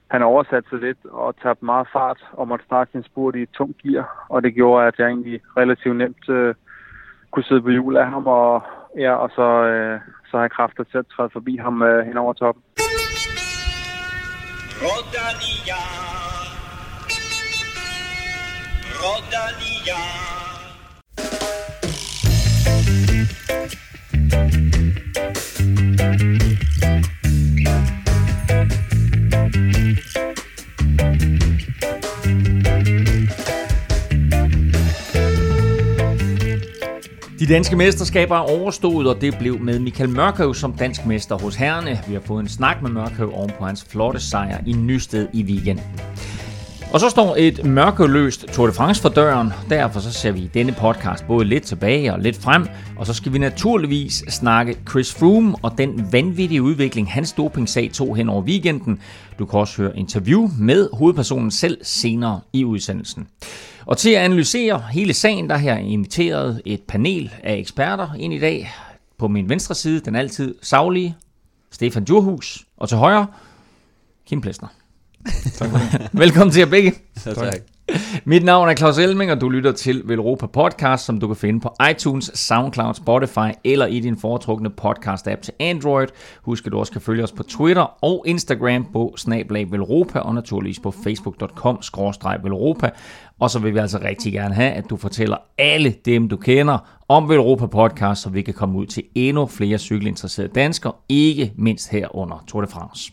han oversatte sig lidt og tabte meget fart og måtte starte sin spurt i et tungt gear. Og det gjorde, at jeg egentlig relativt nemt kunne sidde på hjul af ham, og så har jeg kræfter til at træde forbi ham hen over toppen. Rodania. Rodania. De danske mesterskaber er overstået, og det blev med Michael Mørkøv som dansk mester hos herrerne. Vi har fået en snak med Mørkøv oven på hans flotte sejr i Nysted i weekenden. Og så står et mørkeløst Tour de France for døren. Derfor så ser vi i denne podcast både lidt tilbage og lidt frem. Og så skal vi naturligvis snakke Chris Froome og den vanvittige udvikling, hans dopingsag tog hen over weekenden. Du kan også høre interview med hovedpersonen selv senere i udsendelsen. Og til at analysere hele sagen, der har jeg inviteret et panel af eksperter ind i dag. På min venstre side, den altid saglige Stefan Djurhus, og til højre, Kim Plesner. Velkommen til jer begge. Tak. Mit navn er Claus Elming, og du lytter til Velropa Podcast, som du kan finde på iTunes, SoundCloud, Spotify eller i din foretrukne podcast-app til Android. Husk, at du også kan følge os på Twitter og Instagram på @Velropa og naturligvis på facebook.com/Velropa. Og så vil vi altså rigtig gerne have, at du fortæller alle dem, du kender om Velropa Podcast, så vi kan komme ud til endnu flere cykelinteresserede danskere, ikke mindst her under Tour de France.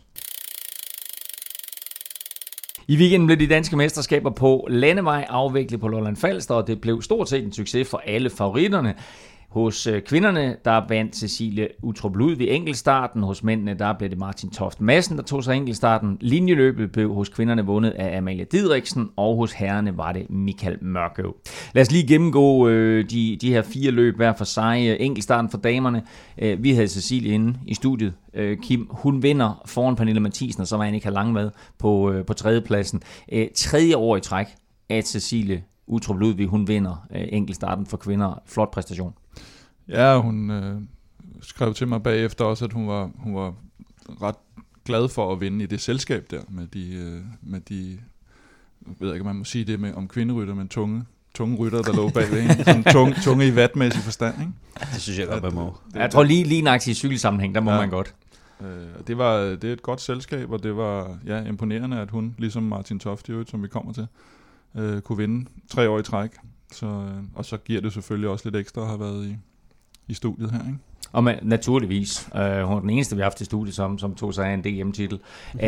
I weekenden blev de danske mesterskaber på landevej afviklet på Lolland Falster, og det blev stort set en succes for alle favoritterne. Hos kvinderne, der vandt Cecilie Uttrup Ludvig enkeltstarten. Hos mændene, der blev det Martin Toft Madsen, der tog sig enkeltstarten. Linjeløbet blev hos kvinderne vundet af Amalie Didriksen, og hos herrerne var det Michael Mørkøv. Lad os lige gennemgå de her 4 løb hver for sig. Enkeltstarten for damerne. Vi havde Cecilie inde i studiet. Kim, hun vinder foran Pernille Mathisen, og så var Annika Langvad på tredjepladsen. 3. år i træk, at Cecilie Uttrup Ludvig, hun vinder enkeltstarten for kvinder. Flot præstation. Ja, hun skrev til mig bagefter også, at hun var ret glad for at vinde i det selskab der, med de jeg ved ikke, om man må sige det om kvinderytter, men tunge rytter, der lå bagved hende. Sådan tunge i vatmæssig forstand, ikke? Det synes jeg godt, man må. Jeg tror lige nøjagtigt i cykelsammenhæng, der må man godt. Det er et godt selskab, og det var imponerende, at hun, ligesom Martin Toft, som vi kommer til, kunne vinde 3 år i træk. Og så giver det selvfølgelig også lidt ekstra at have været i studiet her, ikke? Og naturligvis. Hun er den eneste, vi har haft i studiet, som tog sig af en DM-titel.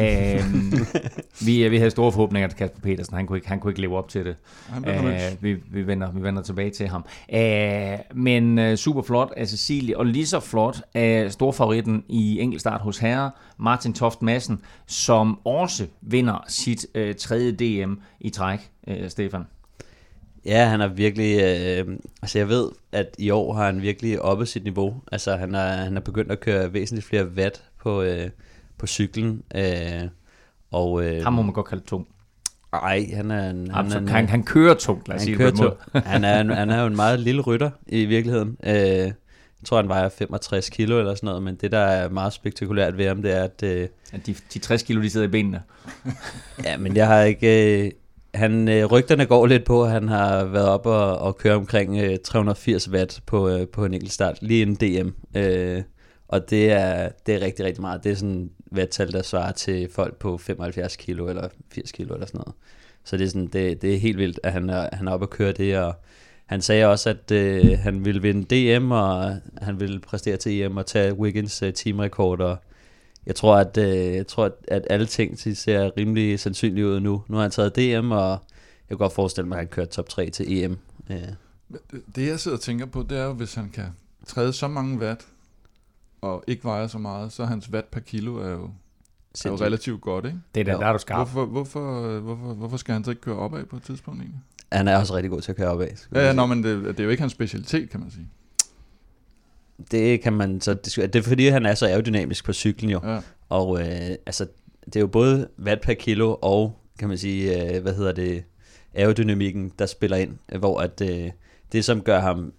Vi havde store forhåbninger til Kasper Petersen. Han kunne ikke leve op til det. Vi vender tilbage til ham. Men super flot af Cecilie, og lige så flot af storfavoritten i enkeltstart hos herrer, Martin Toft Madsen, som også vinder sit 3. DM i træk, Stefan. Ja, han er virkelig, altså jeg ved, at i år har han virkelig oppe sit niveau. Altså han er begyndt at køre væsentligt flere watt på cyklen. Ham må man godt kalde tung. Nej, han kører tungt, lad os sige det på en måde. Han er jo en meget lille rytter i virkeligheden. Jeg tror, han vejer 65 kilo eller sådan noget, men det, der er meget spektakulært ved ham, det er, at de 60 kilo, de sidder i benene. Ja, men jeg har ikke... rygterne går lidt på, at han har været op og køre omkring 380 watt på en enkelt start, lige inden DM. Og det er rigtig, rigtig meget. Det er sådan watttal, der svarer til folk på 75 kilo eller 80 kilo eller sådan noget. Så det er, sådan, det er helt vildt, at han er oppe og køre det. Og han sagde også, at han ville vinde DM, og han ville præstere til EM og tage Wiggins teamrekord. Og jeg tror, at alle ting ser rimelig sandsynligt ud nu. Nu har han taget DM, og jeg kan godt forestille mig, at han kører top 3 til EM. Det jeg sidder og tænker på, det er jo, hvis han kan træde så mange watt, og ikke vejer så meget, så hans watt per kilo er jo relativt godt, ikke? Det er der er du skarp. Hvorfor skal han så ikke køre opad på et tidspunkt egentlig? Han er også rigtig god til at køre opad. Men det er jo ikke hans specialitet, kan man sige. Det kan man så det er fordi han er så aerodynamisk på cyklen jo. Ja. Og altså det er jo både watt per kilo og kan man sige aerodynamikken der spiller ind, hvor at det som gør ham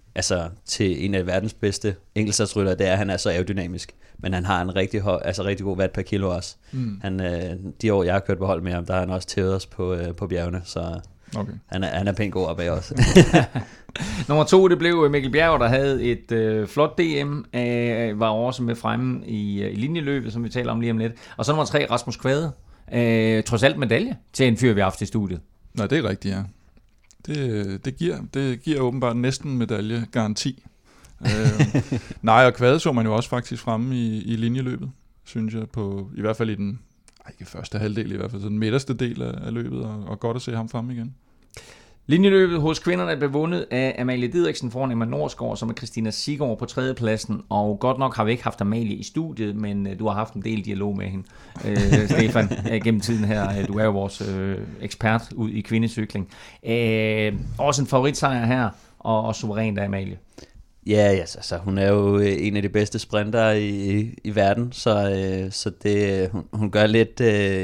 altså til en af verdens bedste enkeltstartsryttere, det er, at han er så aerodynamisk. Men han har en rigtig god watt per kilo også. Han, de år, jeg har kørt på hold med ham, der har han også tævet os på bjergene, så okay. Han er pænt god opad også. Nummer 2, det blev Mikkel Bjerg, der havde et flot DM, var også med fremme i linjeløbet, som vi taler om lige om lidt. Og så nummer 3, Rasmus Kvade. Trods alt medalje til en fyr, vi har haft i studiet. Nej, det er rigtigt, ja. Det giver åbenbart næsten medaljegaranti. Nej, og Kvade så man jo også faktisk fremme i linjeløbet, synes jeg, i hvert fald i den ikke første halvdel, i hvert fald så den midterste del af løbet, og godt at se ham fremme igen. Linjeløbet hos kvinderne blev vundet af Amalie Didriksen foran Emma Norsgaard, som er Christina Siggaard på 3. pladsen, og godt nok har vi ikke haft Amalie i studiet, men du har haft en del dialog med hende, Stefan, gennem tiden her. Du er jo vores ekspert ud i kvindecykling. Også en favoritsejr her, og suverænt af Amalie. Ja, altså, hun er jo en af de bedste sprintere i verden, så det, hun gør lidt,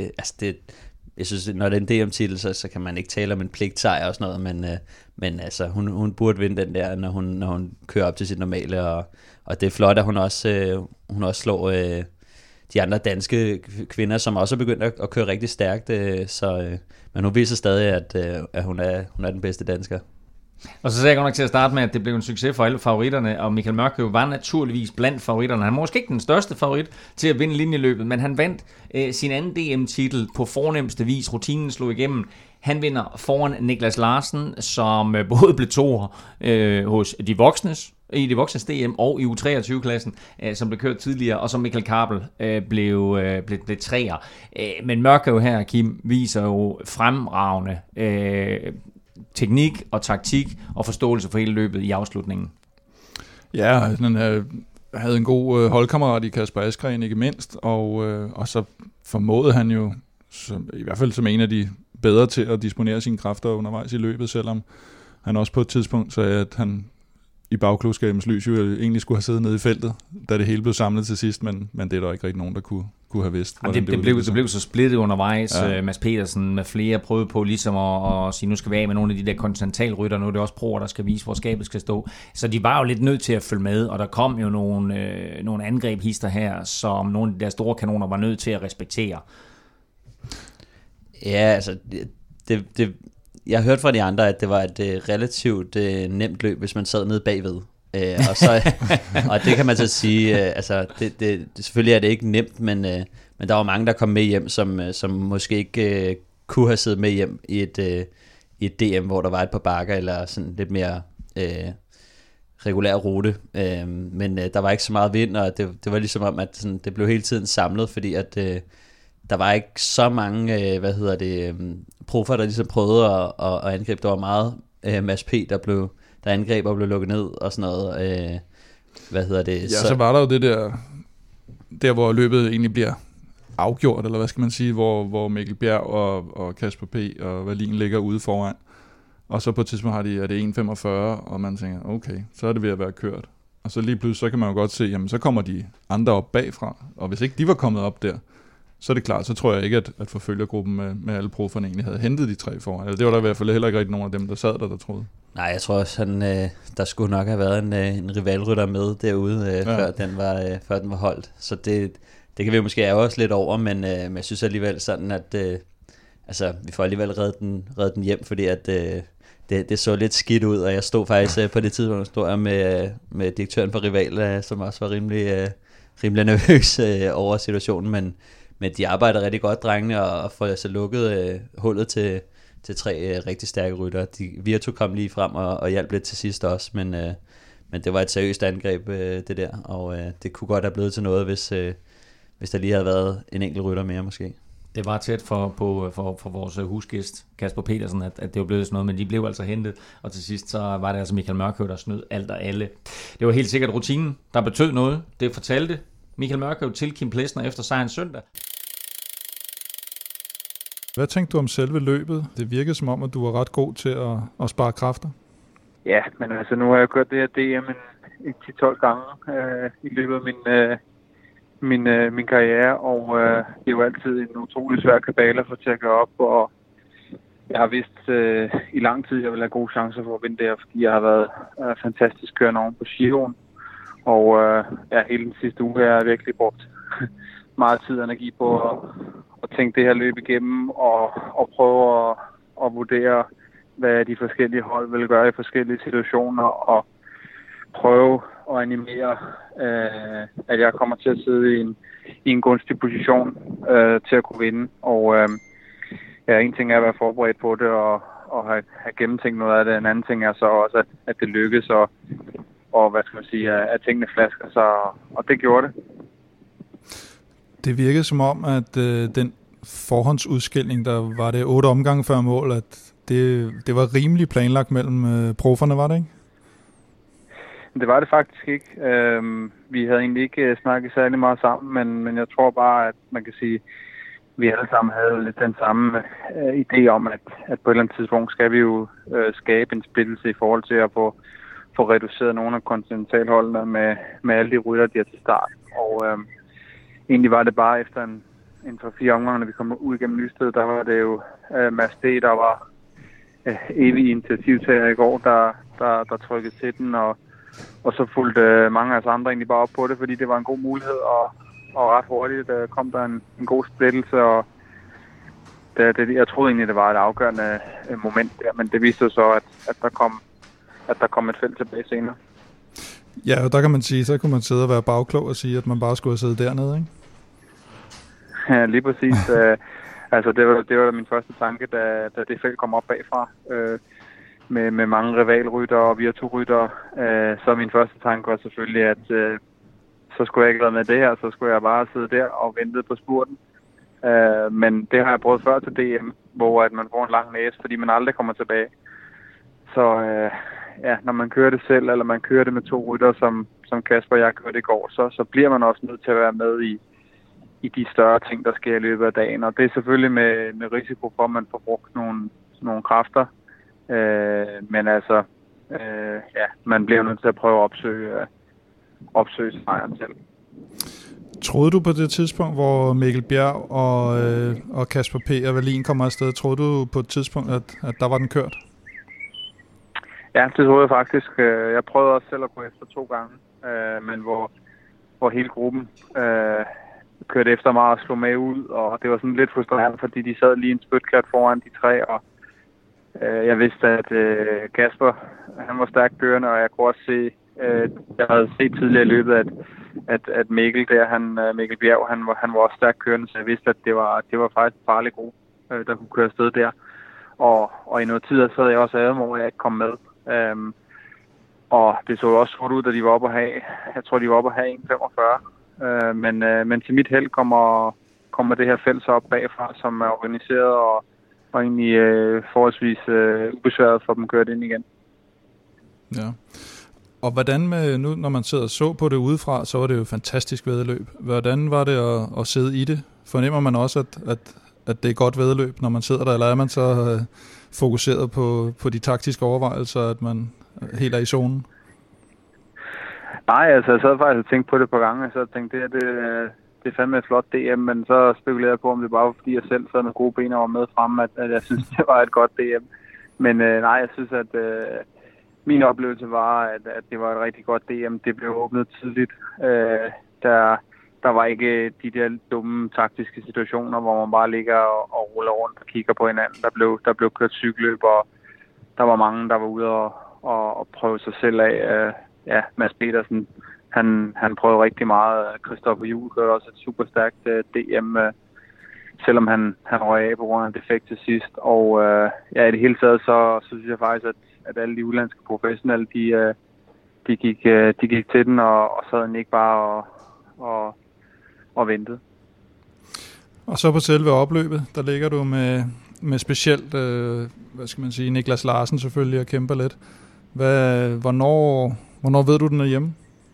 jeg synes, når det er en DM-titel, så kan man ikke tale om en pligtsejr og sådan noget, men altså, hun burde vinde den der, når hun kører op til sit normale, og det er flot, at hun også slår de andre danske kvinder, som også er begyndt at køre rigtig stærkt, men hun viser stadig, at hun er den bedste dansker. Og så sagde jeg godt nok til at starte med, at det blev en succes for alle favoritterne, og Michael Mørkøv var naturligvis blandt favoritterne. Han var måske ikke den største favorit til at vinde linjeløbet, men han vandt sin anden DM-titel på fornemste vis. Rutinen slog igennem. Han vinder foran Niklas Larsen, som både blev toer hos de voksnes, i de voksnes DM og i U23-klassen, som blev kørt tidligere, og som Michael Kabel blev treer. Men Mørkøv her, Kim, viser jo fremragende teknik og taktik og forståelse for hele løbet i afslutningen. Ja, han havde en god holdkammerat i Kasper Askren, ikke mindst, og så formåede han jo, i hvert fald som en af de bedre til at disponere sine kræfter undervejs i løbet, selvom han også på et tidspunkt sagde, at han i bagklogskabens lys jo egentlig skulle have siddet nede i feltet, da det hele blev samlet til sidst, men det er der ikke rigtig nogen, der kunne have vidst. Det blev så splittet undervejs. Ja. Mads Petersen med flere prøvede på ligesom at sige, nu skal vi af med nogle af de der kontinentalrytter, nu er det også proer, der skal vise, hvor skabet skal stå. Så de var jo lidt nødt til at følge med, og der kom jo nogle angrebhister her, som nogle af de der store kanoner var nødt til at respektere. Ja, altså jeg hørte fra de andre, at det var et relativt nemt løb, hvis man sad nede bagved. Og det kan man så sige, altså selvfølgelig er det ikke nemt, men der var mange, der kom med hjem, som måske ikke kunne have siddet med hjem i et DM, hvor der var et par bakker, eller sådan lidt mere regulær rute. Men der var ikke så meget vind, og det var ligesom om, at sådan, det blev hele tiden samlet, fordi at der var ikke så mange, proffer, der ligesom prøvede at angribe. Der var meget Mads P., der angreb og blev lukket ned og sådan noget. Ja, så var der jo det der hvor løbet egentlig bliver afgjort, eller hvad skal man sige, hvor Mikkel Bjerg og Kasper P. og Wallin ligger ude foran. Og så på et tidspunkt er det 1.45, og man tænker, okay, så er det ved at være kørt. Og så lige pludselig, så kan man jo godt se, jamen så kommer de andre op bagfra. Og hvis ikke de var kommet op der, så er det klart, så tror jeg ikke, at forfølgergruppen med alle proferne egentlig havde hentet de tre foran. Eller det var der i hvert fald heller ikke rigtig nogen af dem, der sad der troede. Nej, jeg tror også, der skulle nok have været en rivalrytter med derude, før den var holdt. Så det kan vi måske ærge os lidt over, men jeg synes alligevel sådan, at vi får alligevel reddet den hjem, fordi at det så lidt skidt ud, og jeg stod faktisk på det tidspunkt med direktøren for Rival, som også var rimelig nervøs over situationen, men de arbejder rigtig godt, drengene, og får altså lukket hullet til tre rigtig stærke rytter. Virtu kom lige frem og hjalp lidt til sidst også, men det var et seriøst angreb, det der, og det kunne godt have blevet til noget, hvis der lige havde været en enkelt rytter mere måske. Det var tæt for vores husgæst, Kasper Petersen, at det var blevet sådan noget, men de blev altså hentet, og til sidst så var det altså Michael Mørkøv, der snød alt og alle. Det var helt sikkert rutinen, der betød noget. Det fortalte Michael Mørkøv til Kim Plesner efter sejren søndag. Hvad tænkte du om selve løbet? Det virkede som om, at du var ret god til at spare kræfter. Ja, men altså nu har jeg kørt det her DM en 10-12 gange i løbet af min karriere, og det er jo altid en utrolig svær kabale at få til at gøre op, og Jeg har vidst i lang tid, at jeg vil have gode chancer for at vinde det her, fordi jeg har været fantastisk kørende oven på Giroen. Og hele den sidste uge har jeg virkelig brugt meget tid og energi på at tænke det her løb igennem og prøve at vurdere, hvad de forskellige hold vil gøre i forskellige situationer, og prøve at animere, at jeg kommer til at sidde i en gunstig position til at kunne vinde. Og en ting er at være forberedt på det og have gennemtænkt noget af det. En anden ting er så også, at det lykkes, og hvad skal man sige, at tingene flasker sig, og det gjorde det. Det virkede som om, at den forhåndsudskilning, der var det 8 omgange før mål, at det var rimelig planlagt mellem profferne, var det ikke? Det var det faktisk ikke. Vi havde egentlig ikke snakket særlig meget sammen, men jeg tror bare, at man kan sige, vi alle sammen havde lidt den samme idé om, at på et eller andet tidspunkt skal vi jo skabe en splittelse i forhold til at få reduceret nogle af kontinentalholdene med alle de rytter, de er til start. Og egentlig var det bare efter en 3-4 omgange, når vi kom ud igennem Nysted, der var det jo Mads D., der var evig initiativtager i går, der trykkede til den, og så fulgte mange af os andre egentlig bare op på det, fordi det var en god mulighed, og ret hurtigt kom der en god splittelse, og jeg troede egentlig, det var et afgørende moment der, men det viste så, at der kom et felt tilbage senere. Ja, og der kan man sige, så kunne man sidde og være bagklog og sige, at man bare skulle have siddet dernede, ikke? Ja, lige præcis. Altså, det var min første tanke, da det felt kom op bagfra. Med mange rivalrytter og vi har 2 rytter. Så min første tanke var selvfølgelig, at så skulle jeg ikke være med det her, så skulle jeg bare sidde der og vente på spurten. Men det har jeg prøvet før til DM, hvor at man får en lang næse, fordi man aldrig kommer tilbage. Så når man kører det selv, eller man kører det med 2 rytter, som Kasper og jeg kørte i går, så bliver man også nødt til at være med i de større ting, der sker i løbet af dagen. Og det er selvfølgelig med risiko for, at man får brugt nogle kræfter. Men altså, man bliver nødt til at prøve at opsøge sejren selv. Troede du på det tidspunkt, hvor Mikkel Bjerg og Kasper P. og Wallin kommer afsted, troede du på et tidspunkt, at der var den kørt? Ja, det troede jeg faktisk. Jeg prøvede også selv at gå efter 2 gange, men hvor hele gruppen kørte efter mig og slog med ud, og det var sådan lidt frustrerende, fordi de sad lige en spytklat foran de 3, og jeg vidste, at Kasper, han var stærkt kørende, og jeg kunne også se, jeg havde set tidligere i løbet, at Mikkel Bjerg, han var også stærkt kørende, så jeg vidste, at det var faktisk en farlig gruppe, der kunne køre afsted der. Og i noget tid, så havde jeg også ærget mig, at jeg ikke kom med. Og det så jo også sort ud, da de var oppe at have, jeg tror, de var oppe at have 1,45. Men til mit held kommer det her felt så op bagfra, som er organiseret og egentlig forholdsvis ubesværet for dem at køre det ind igen. Ja. Og hvordan med nu, når man sidder og så på det udefra, så var det jo fantastisk væddeløb. Hvordan var det at sidde i det? Fornemmer man også, at det er godt væddeløb, når man sidder der, eller er man så fokuseret på de taktiske overvejelser, at man helt er i zonen? Nej, altså jeg sad faktisk og tænkte på det på gange, så jeg tænkte, det er fandme et flot DM, men så spekulerede jeg på, om det bare var fordi jeg selv sad med gode ben og var med frem, at jeg synes, det var et godt DM. Men nej, jeg synes, at min oplevelse var, at det var et rigtig godt DM. Det blev åbnet tidligt. Der var ikke de der dumme taktiske situationer, hvor man bare ligger og ruller rundt og kigger på hinanden. Der blev kørt cykelløb, og der var mange, der var ude og prøve sig selv af. Mads Petersen, han prøvede rigtig meget. Christopher Juhl kørte også et super stærkt DM, selvom han røg af på grund af defekt til sidst. Og i det hele taget, så synes jeg faktisk, at alle de udlandske professionelle, de gik til den, og sad ikke bare og ventede. Og så på selve opløbet, der ligger du med specielt, hvad skal man sige, Niklas Larsen selvfølgelig, og kæmper lidt. Hvornår ved du, den er hjemme?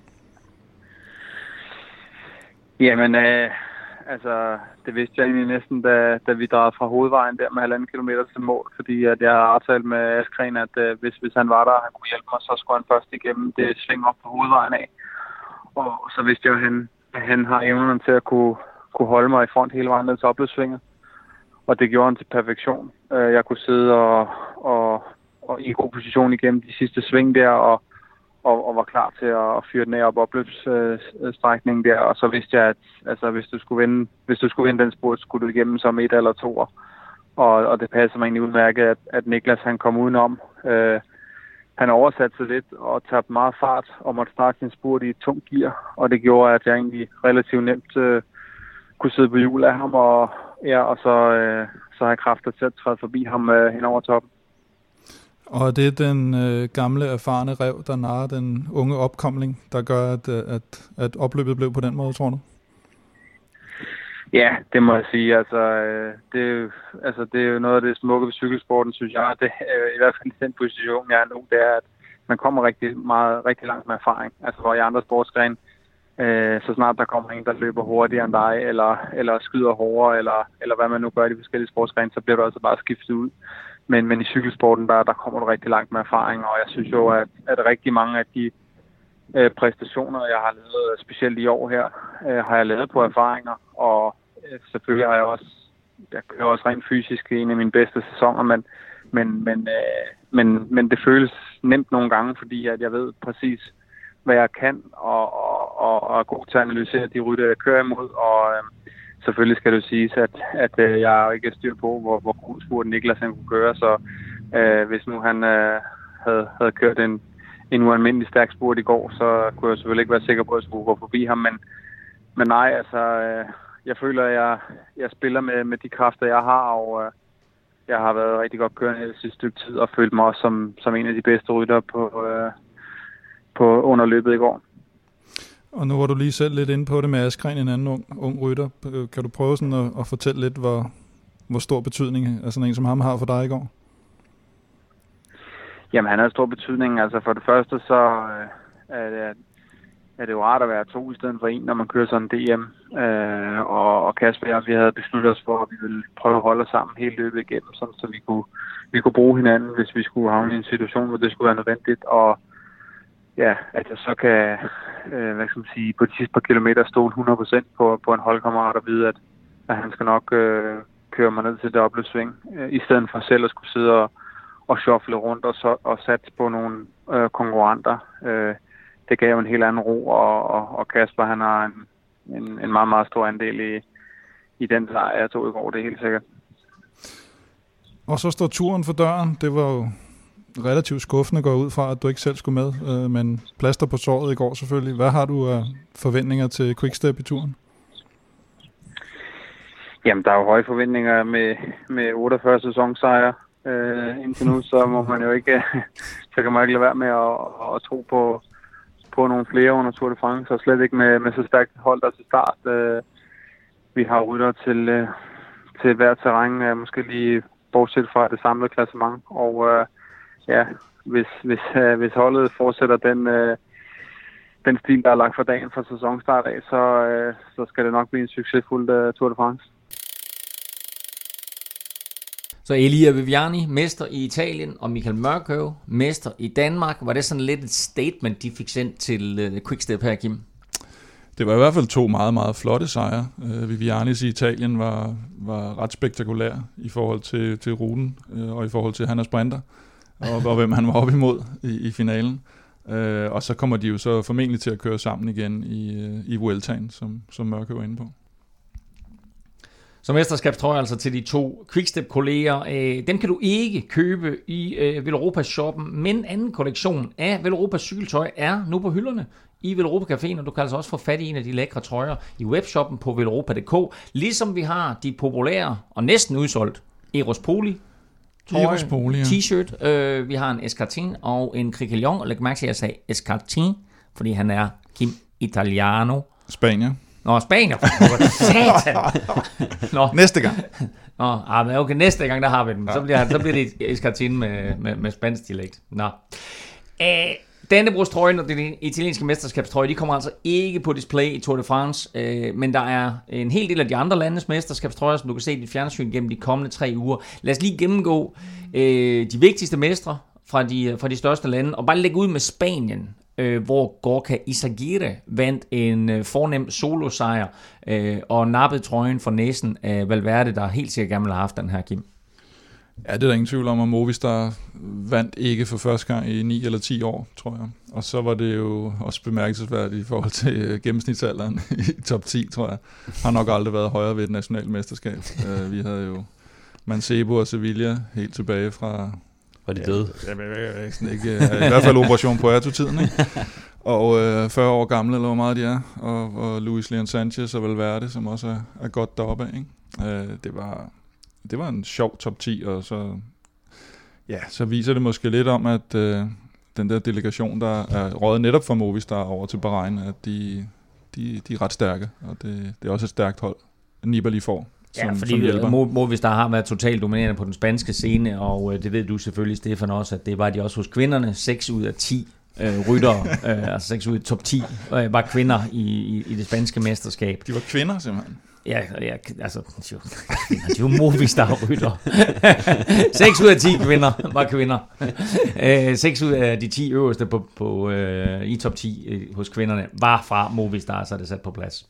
Jamen, altså, det vidste jeg egentlig næsten, da vi drejede fra hovedvejen der med 1,5 kilometer til mål, fordi at jeg har aftalt med Askren, at hvis han var der, og han kunne hjælpe mig, så skulle han først igennem det sving op på hovedvejen af. Og så vidste jeg jo, at han har evnen til at kunne holde mig i front hele vejen ned til opløbssvinget. og det gjorde han til perfektion. Jeg kunne sidde og i en god position igennem de sidste sving der, og var klar til at fyre den af op opløbsstrækningen der, og så vidste jeg, at altså, hvis du skulle vinde den spurt, skulle du igennem som 1 eller 2. Og det passer mig egentlig udmærket, at Niklas han kom udenom. Han oversatte sig lidt og tabte meget fart og måtte starte sin spurt i et tungt gear, og det gjorde, at jeg egentlig relativt nemt kunne sidde på hjul af ham, og så har jeg kræfter til at træde forbi ham hen over toppen. Og det er den gamle, erfarne ræv, der narrer den unge opkomling, der gør, at opløbet blev på den måde, tror du? Ja, det må jeg sige. Det er jo noget af det smukke ved cykelsporten, synes jeg. Det er i hvert fald den position, jeg er nu, det er, at man kommer rigtig langt med erfaring. Altså hvor i andre sportsgrene, så snart der kommer en, der løber hurtigere end dig, eller skyder hårdere, eller hvad man nu gør i de forskellige sportsgrene, så bliver du altså bare skiftet ud. Men i cykelsporten, der kommer du rigtig langt med erfaring, og jeg synes jo, at rigtig mange af de præstationer, jeg har lavet, specielt i år her, har jeg lavet på erfaringer, og selvfølgelig har jeg kører også rent fysisk en af mine bedste sæsoner, men det føles nemt nogle gange, fordi at jeg ved præcis, hvad jeg kan, og er god til at analysere de rytter, jeg kører imod, og selvfølgelig skal det jo siges, at jeg ikke er styr på, hvor god spurten Niklas han kunne køre, så hvis nu han havde kørt en ualmindelig stærk spurt i går, så kunne jeg selvfølgelig ikke være sikker på, at jeg skulle gå forbi ham, men nej, altså, jeg føler, at jeg spiller med de kræfter, jeg har, og jeg har været rigtig godt kørende det sidste stykke tid, og følt mig også som en af de bedste rytter på underløbet i går. Og nu var du lige selv lidt inde på det med Askren, en anden ung rytter. Kan du prøve sådan at fortælle lidt, hvor stor betydning sådan en som ham har for dig i går? Jamen, han har stor betydning. Altså for det første, så er det jo rart at være 2 i stedet for 1, når man kører sådan en DM. Og Kasper og vi havde besluttet os for, at vi ville prøve at holde os sammen hele løbet igennem, sådan, så vi kunne bruge hinanden, hvis vi skulle havne i en situation, hvor det skulle være nødvendigt. Og ja, at jeg så kan, på de sidste par kilometer stole 100% på en holdkammerat og vide, at han skal nok køre mig ned til det opløbssving, i stedet for selv at skulle sidde og shuffle rundt og satse på nogle konkurrenter. Det gav jo en helt anden ro, og Kasper han har en meget, meget stor andel i den sejr, jeg tog i går, det er helt sikkert. Og så står turen for døren. Det var jo relativt skuffende går ud fra, at du ikke selv skulle med, men plaster på såret i går selvfølgelig. Hvad har du af forventninger til Quickstep i turen? Jamen, der er jo høje forventninger med 48 sæsonsejre indtil nu, så må man jo ikke, så kan man ikke lade være med at tro på nogle flere under Tour de France, og slet ikke med så stærkt hold der til start. Vi har rytter til hver terræn, måske lige bortset fra det samlede klassement, og ja, hvis holdet fortsætter den stil, der er lagt for dagen fra sæsonstart af, så skal det nok blive en succesfuld Tour de France. Så Elia Viviani, mester i Italien, og Michael Mørkøv, mester i Danmark. Var det sådan lidt et statement, de fik sendt til Quickstep her, Kim? Det var i hvert fald 2 meget, meget flotte sejre. Vivianis i Italien var ret spektakulær i forhold til ruten, og i forhold til, at han er sprinter, og hvem han var op imod i finalen. Og så kommer de jo så formentlig til at køre sammen igen i Vueltaen, som Mørkøv var inde på. Så mesterskabstrøjer altså til de 2 Quickstep-kolleger. Den kan du ikke købe i Velropa-shoppen, men anden kollektion af Velropa cykeltøj er nu på hylderne i Velropa Caféen, og du kan altså også få fat i en af de lækre trøjer i webshoppen på velropa.dk, ligesom vi har de populære og næsten udsolgt Eros Poli trøje, t-shirt. Vi har en Escartin og en Criquelion, og læg mærke til, at jeg sagde Escartin, fordi han er Kim Italiano. Spanier. Nå, Spanier. Satan. Nå. Næste gang. Nå, men okay, næste gang, der har vi den. Så bliver det Escartin med spansk dialekt. Nå. Dannebrogstrøjen og den italienske mesterskabstrøje, de kommer altså ikke på display i Tour de France, men der er en hel del af de andre landes mesterskabstrøjer, som du kan se i dit fjernsyn gennem de kommende 3 uger. Lad os lige gennemgå de vigtigste mestre fra de største lande, og bare lægge ud med Spanien. hvor Gorka Izagirre vandt en fornem solosejr og nappede trøjen for næsen af Valverde, der helt sikkert gerne ville have haft den her, Kim. Ja, det er der ingen tvivl om, at Movistar vandt ikke for første gang i 9 eller 10 år, tror jeg. Og så var det jo også bemærkelsesværdigt i forhold til gennemsnitsalderen i top 10, tror jeg. Har nok aldrig været højere ved et nationalt mesterskab. Vi havde jo Mancebo og Sevilla helt tilbage fra... Var de døde? Ikke, i hvert fald Operation Puerto-tiden, ikke? Og 40 år gamle, eller hvor meget de er. Og Luis Leon Sanchez og Valverde, som også er godt deroppe af, ikke? Det var en sjov top 10, og så viser det måske lidt om, at den der delegation, der er røget netop fra Movistar over til Bahrain, at de er ret stærke, og det er også et stærkt hold, Nibali får. Ja, fordi Movistar har været totalt dominerende på den spanske scene, og det ved du selvfølgelig, Stefan, også, at det var de også hos kvinderne. 6 ud af 10 ryttere, altså 6 ud af top 10, var kvinder i det spanske mesterskab. De var kvinder simpelthen? Ja, altså, de er jo Movistar-rytter. 6 ud af 10 kvinder var kvinder. 6 ud af de 10 øverste i top 10 hos kvinderne var fra Movistar, så er det sat på plads.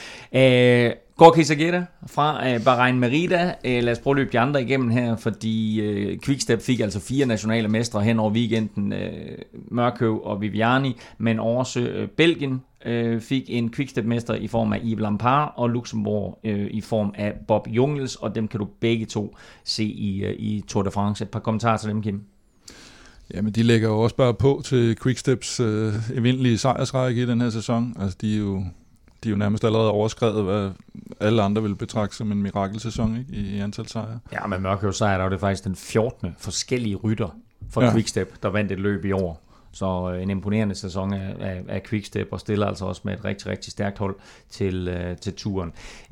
Gorka Izagirre fra Bahrain Merida. Lad os prøve at løbe de andre igennem her, fordi Quickstep fik altså 4 nationale mestre hen over weekenden. Mørkøv og Viviani, men også Belgien fik en Quickstep-mester i form af Yves Lampard, og Luxembourg i form af Bob Jungels, og dem kan du begge to se i Tour de France. Et par kommentarer til dem, Kim. Jamen, de lægger jo også bare på til Quicksteps evindelige sejrsrække i den her sæson. Altså, de er jo nærmest allerede overskrevet, hvad alle andre vil betragte som en mirakelsæson, ikke? I antal sejre. Ja, men Mørkøv sejr, der var det faktisk den 14. forskellige rytter for Quickstep, der vandt et løb i år. Så en imponerende sæson af Quickstep, og stiller altså også med et rigtig, rigtig stærkt hold til turen.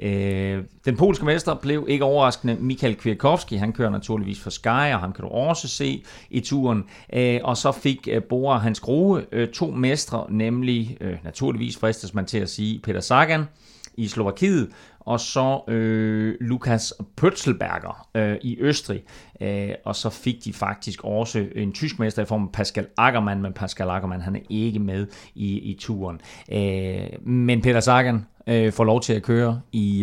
Den polske mester blev ikke overraskende Michael Kwiatkowski. Han kører naturligvis for Sky, og han kan du også se i turen. Og så fik Bora Hans Grohe 2 mestre, nemlig naturligvis fristes man til at sige Peter Sagan i Slovakiet, og så Lukas Pötzelberger i Østrig. Og så fik de faktisk også en tysk mester i form af Pascal Ackermann, men Pascal Ackermann, han er ikke med i turen. Men Peter Sagan får lov til at køre i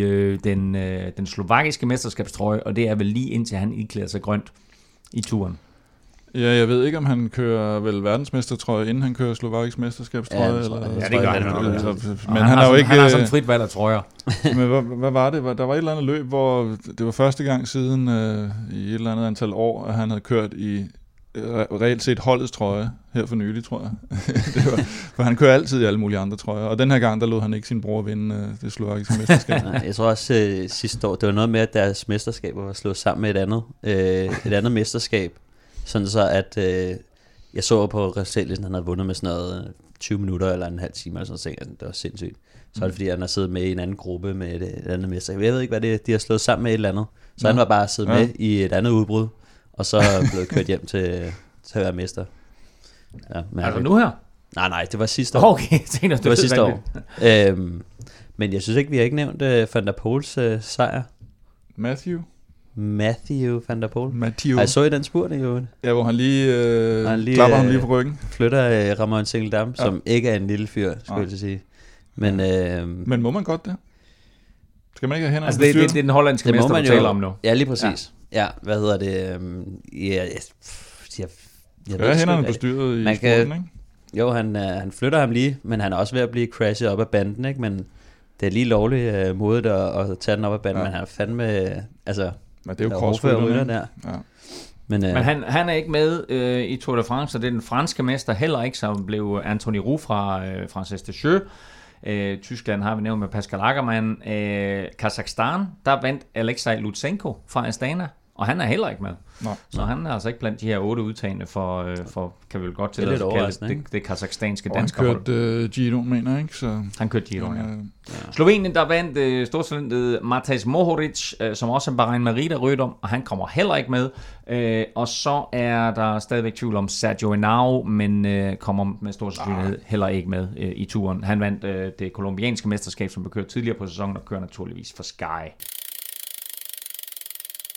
den slovakiske mesterskabstrøje, og det er vel lige indtil han iklæder sig grønt i turen. Ja, jeg ved ikke, om han kører vel verdensmestertrøje, inden han kører slovakisk mesterskabstrøje. Ja, det gør han nok. Men han har sådan frit valg af trøjer. Men hvad var det? Der var et eller andet løb, hvor det var første gang siden i et eller andet antal år, at han havde kørt i reelt set holdets trøje her for nylig, tror jeg. For han kører altid i alle mulige andre trøjer. Og den her gang, der lod han ikke sin bror vinde det slovakiske mesterskab. Nej, jeg tror også sidste år, det var noget med, at deres mesterskaber var slået sammen med et andet mesterskab. Sådan så, at jeg så på resultatlisten, han havde vundet med sådan noget 20 minutter eller en halv time, eller sådan noget. Det var sindssygt. Så er det fordi, han har siddet med i en anden gruppe med et andet mesterskab. Jeg ved ikke, hvad det er, de har slået sammen med et eller andet. Så han var bare siddet med i et andet udbrud, og så blev kørt hjem til at være mester. Ja, er det nu her? Nej, det var sidste år. Okay, det var sidste år. Men jeg synes ikke, vi har ikke nævnt Van der Poels sejr. Matthew Van der Poel. Jeg så i den spurt, ikke? Ja, hvor han lige klapper ham lige på ryggen. Flytter Ramon Singeldam, som ikke er en lille fyr, skulle jeg sige. Men må man godt det? Skal man ikke have hænderne altså det er den hollandske mester, du taler om nu. Ja, lige præcis. Ja, hvad hedder det? Jeg ved hænderne på styret i sporten, ikke? Jo, han flytter ham lige, men han er også ved at blive crashet op af banden, ikke? Men det er lige lovligt modet at tage den op af banden, men han er fandme... Altså, men det er jo crossfit der. Ja. Men han er ikke med i Tour de France, og det er den franske mester heller ikke, som blev Anthony Roux fra Frances Deschaux. Tyskland har vi nævnt med Pascal Ackermann. Kazakhstan, der vandt Alexei Lutsenko fra Astana, og han er heller ikke med. Så han er altså ikke blandt de her 8 udtagende for kan vi vel godt til at kalde det kazakhstanske dansker. Han kørte Giro, mener jeg, ikke? Så han kørte Giro, ja. Slovenien, der vandt stortalentet Matej Mohoric, som også er Bahrain Merida-rytter, og han kommer heller ikke med. Og så er der stadigvæk tvivl om Sergio Henao, men kommer med stor sandsynlighed heller ikke med i turen. Han vandt det kolumbianske mesterskab, som blev kørt tidligere på sæsonen, og kører naturligvis for Sky.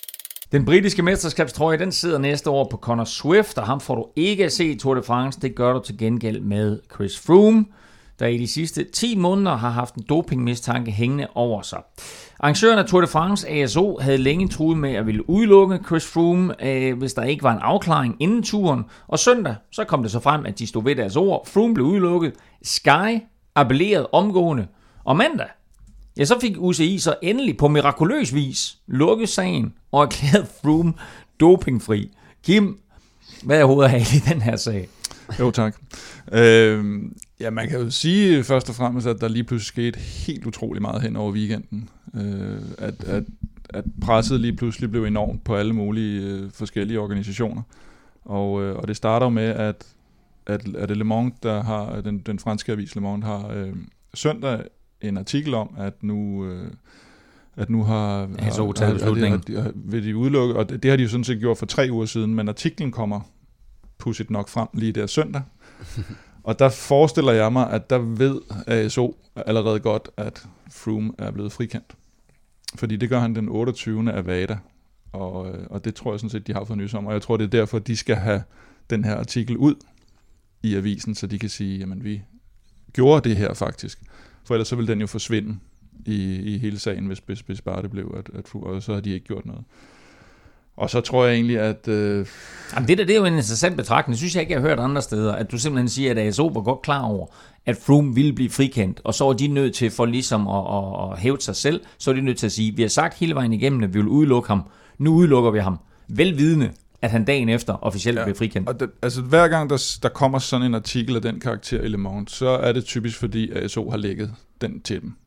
Den britiske mesterskabstrøje, den sidder næste år på Conor Swift, og ham får du ikke at se i Tour de France. Det gør du til gengæld med Chris Froome, der i de sidste 10 måneder har haft en dopingmistanke hængende over sig. Arrangøren af Tour de France, ASO, havde længe truet med at ville udelukke Chris Froome, hvis der ikke var en afklaring inden turen. Og søndag, så kom det så frem, at de stod ved deres ord. Froome blev udelukket. Sky appellerede omgående. Og mandag, ja, så fik UCI så endelig på mirakuløs vis lukket sagen og erklæret Froome dopingfri. Kim, hvad er hovedet i den her sag? Jo, tak. Ja, man kan jo sige først og fremmest, at der lige pludselig skete helt utrolig meget hen over weekenden. At presset lige pludselig blev enormt på alle mulige forskellige organisationer. Og det starter med, at Le Monde, der har den franske avis Le Monde, har søndag en artikel om, at nu har ASO taget beslutningen. Vil de udelukke, og det har de jo sådan set gjort for 3 uger siden, men artiklen kommer pudsigt nok frem lige der søndag. Og der forestiller jeg mig, at der ved ASO allerede godt, at Froome er blevet frikendt. Fordi det gør han den 28. af VADA. Og det tror jeg sådan set, de har fået nys om. Og jeg tror, det er derfor, de skal have den her artikel ud i avisen, så de kan sige, jamen vi gjorde det her faktisk. For ellers så vil den jo forsvinde i hele sagen, hvis bare det blev, og så har de ikke gjort noget. Og så tror jeg egentlig, at... Jamen det er jo en interessant betragtning. Det synes jeg ikke, jeg har hørt andre steder. At du simpelthen siger, at ASO var godt klar over, at Froome ville blive frikendt. Og så er de nødt til, for ligesom at hæve sig selv, så er de nødt til at sige, vi har sagt hele vejen igennem, at vi vil udelukke ham. Nu udelukker vi ham. Velvidende, at han dagen efter officielt bliver frikendt. Og altså hver gang der kommer sådan en artikel af den karakter i Le Monde, så er det typisk, fordi ASO har lægget den til dem.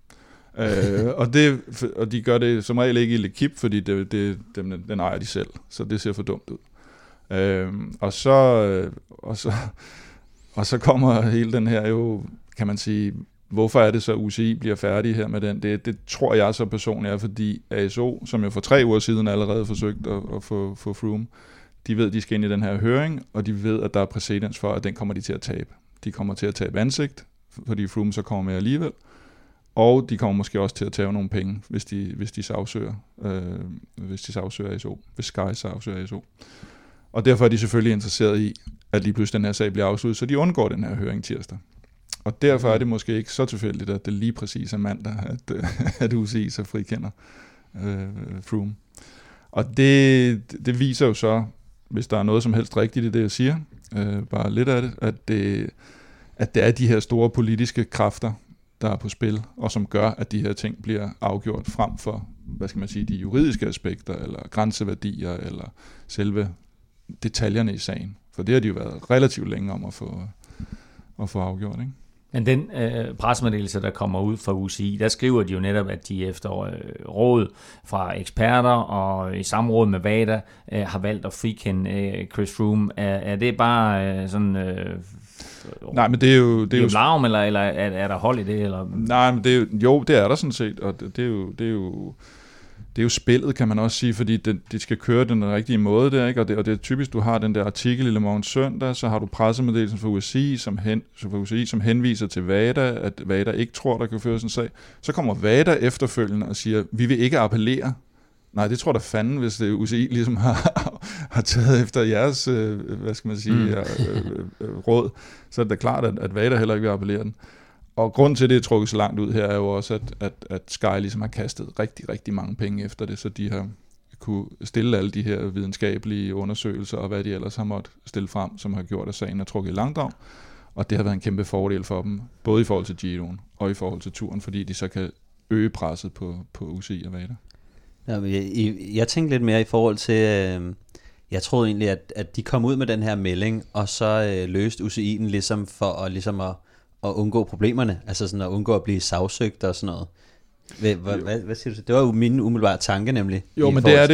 Og de gør det som regel ikke i L'Equipe, fordi den ejer de selv, så det ser for dumt ud. Og så kommer hele den her jo, kan man sige, hvorfor er det så UCI bliver færdige her med den? Det tror jeg så personligt er, fordi ASO, som jo for 3 uger siden allerede forsøgt at få Froome, de ved, de skal ind i den her høring, og de ved, at der er præcedens for, at den kommer de til at tabe. De kommer til at tabe ansigt, fordi Froome så kommer med alligevel. Og de kommer måske også til at tage nogle penge, hvis de sagsøger ASO, hvis Sky sagsøger ASO. Og derfor er de selvfølgelig interesseret i, at lige pludselig den her sag bliver afsluttet, så de undgår den her høring tirsdag. Og derfor er det måske ikke så tilfældigt, at det lige præcis er mandag, at UCI så frikender Froome. Og det viser jo så, hvis der er noget som helst rigtigt i det, jeg siger, bare lidt af det, at det er de her store politiske kræfter, der er på spil, og som gør, at de her ting bliver afgjort frem for, hvad skal man sige, de juridiske aspekter, eller grænseværdier, eller selve detaljerne i sagen. For det har de jo været relativt længe om at få afgjort, ikke? Men den pressemeddelelse, der kommer ud fra UCI, der skriver de jo netop, at de efter råd fra eksperter og i samråd med VADA har valgt at frikende Chris Froome. Er det bare sådan... Nej, men det er jo larm, eller er der hold i det? Eller? Nej, men det er der sådan set, og det er jo spillet, kan man også sige, fordi de skal køre den rigtige måde der, ikke? Og det er typisk, du har den der artikel i Le Monde søndag, så har du pressemeddelelsen fra UCI, som henviser til VADA, at VADA ikke tror, der kan føres en sag. Så kommer VADA efterfølgende og siger, vi vil ikke appellere. Nej, det tror der fanden, hvis det UCI ligesom har taget efter jeres, hvad skal man sige, råd, så er det da klart, at VADA heller ikke vil appellere den. Og grunden til, at det er trukket så langt ud her, er jo også, at Sky ligesom har kastet rigtig, rigtig mange penge efter det, så de har kunne stille alle de her videnskabelige undersøgelser, og hvad de ellers har måttet stille frem, som har gjort, at sagen er trukket i langdrag. Og det har været en kæmpe fordel for dem, både i forhold til Giroen og i forhold til turen, fordi de så kan øge presset på UCI og VADA. Jeg tænkte lidt mere i forhold til, jeg troede egentlig, at de kom ud med den her melding, og så løste UCI'en ligesom for at undgå problemerne, altså sådan at undgå at blive sagsøgt og sådan noget. Hvad siger du? Det var jo min umiddelbare tanke nemlig. Jo, men det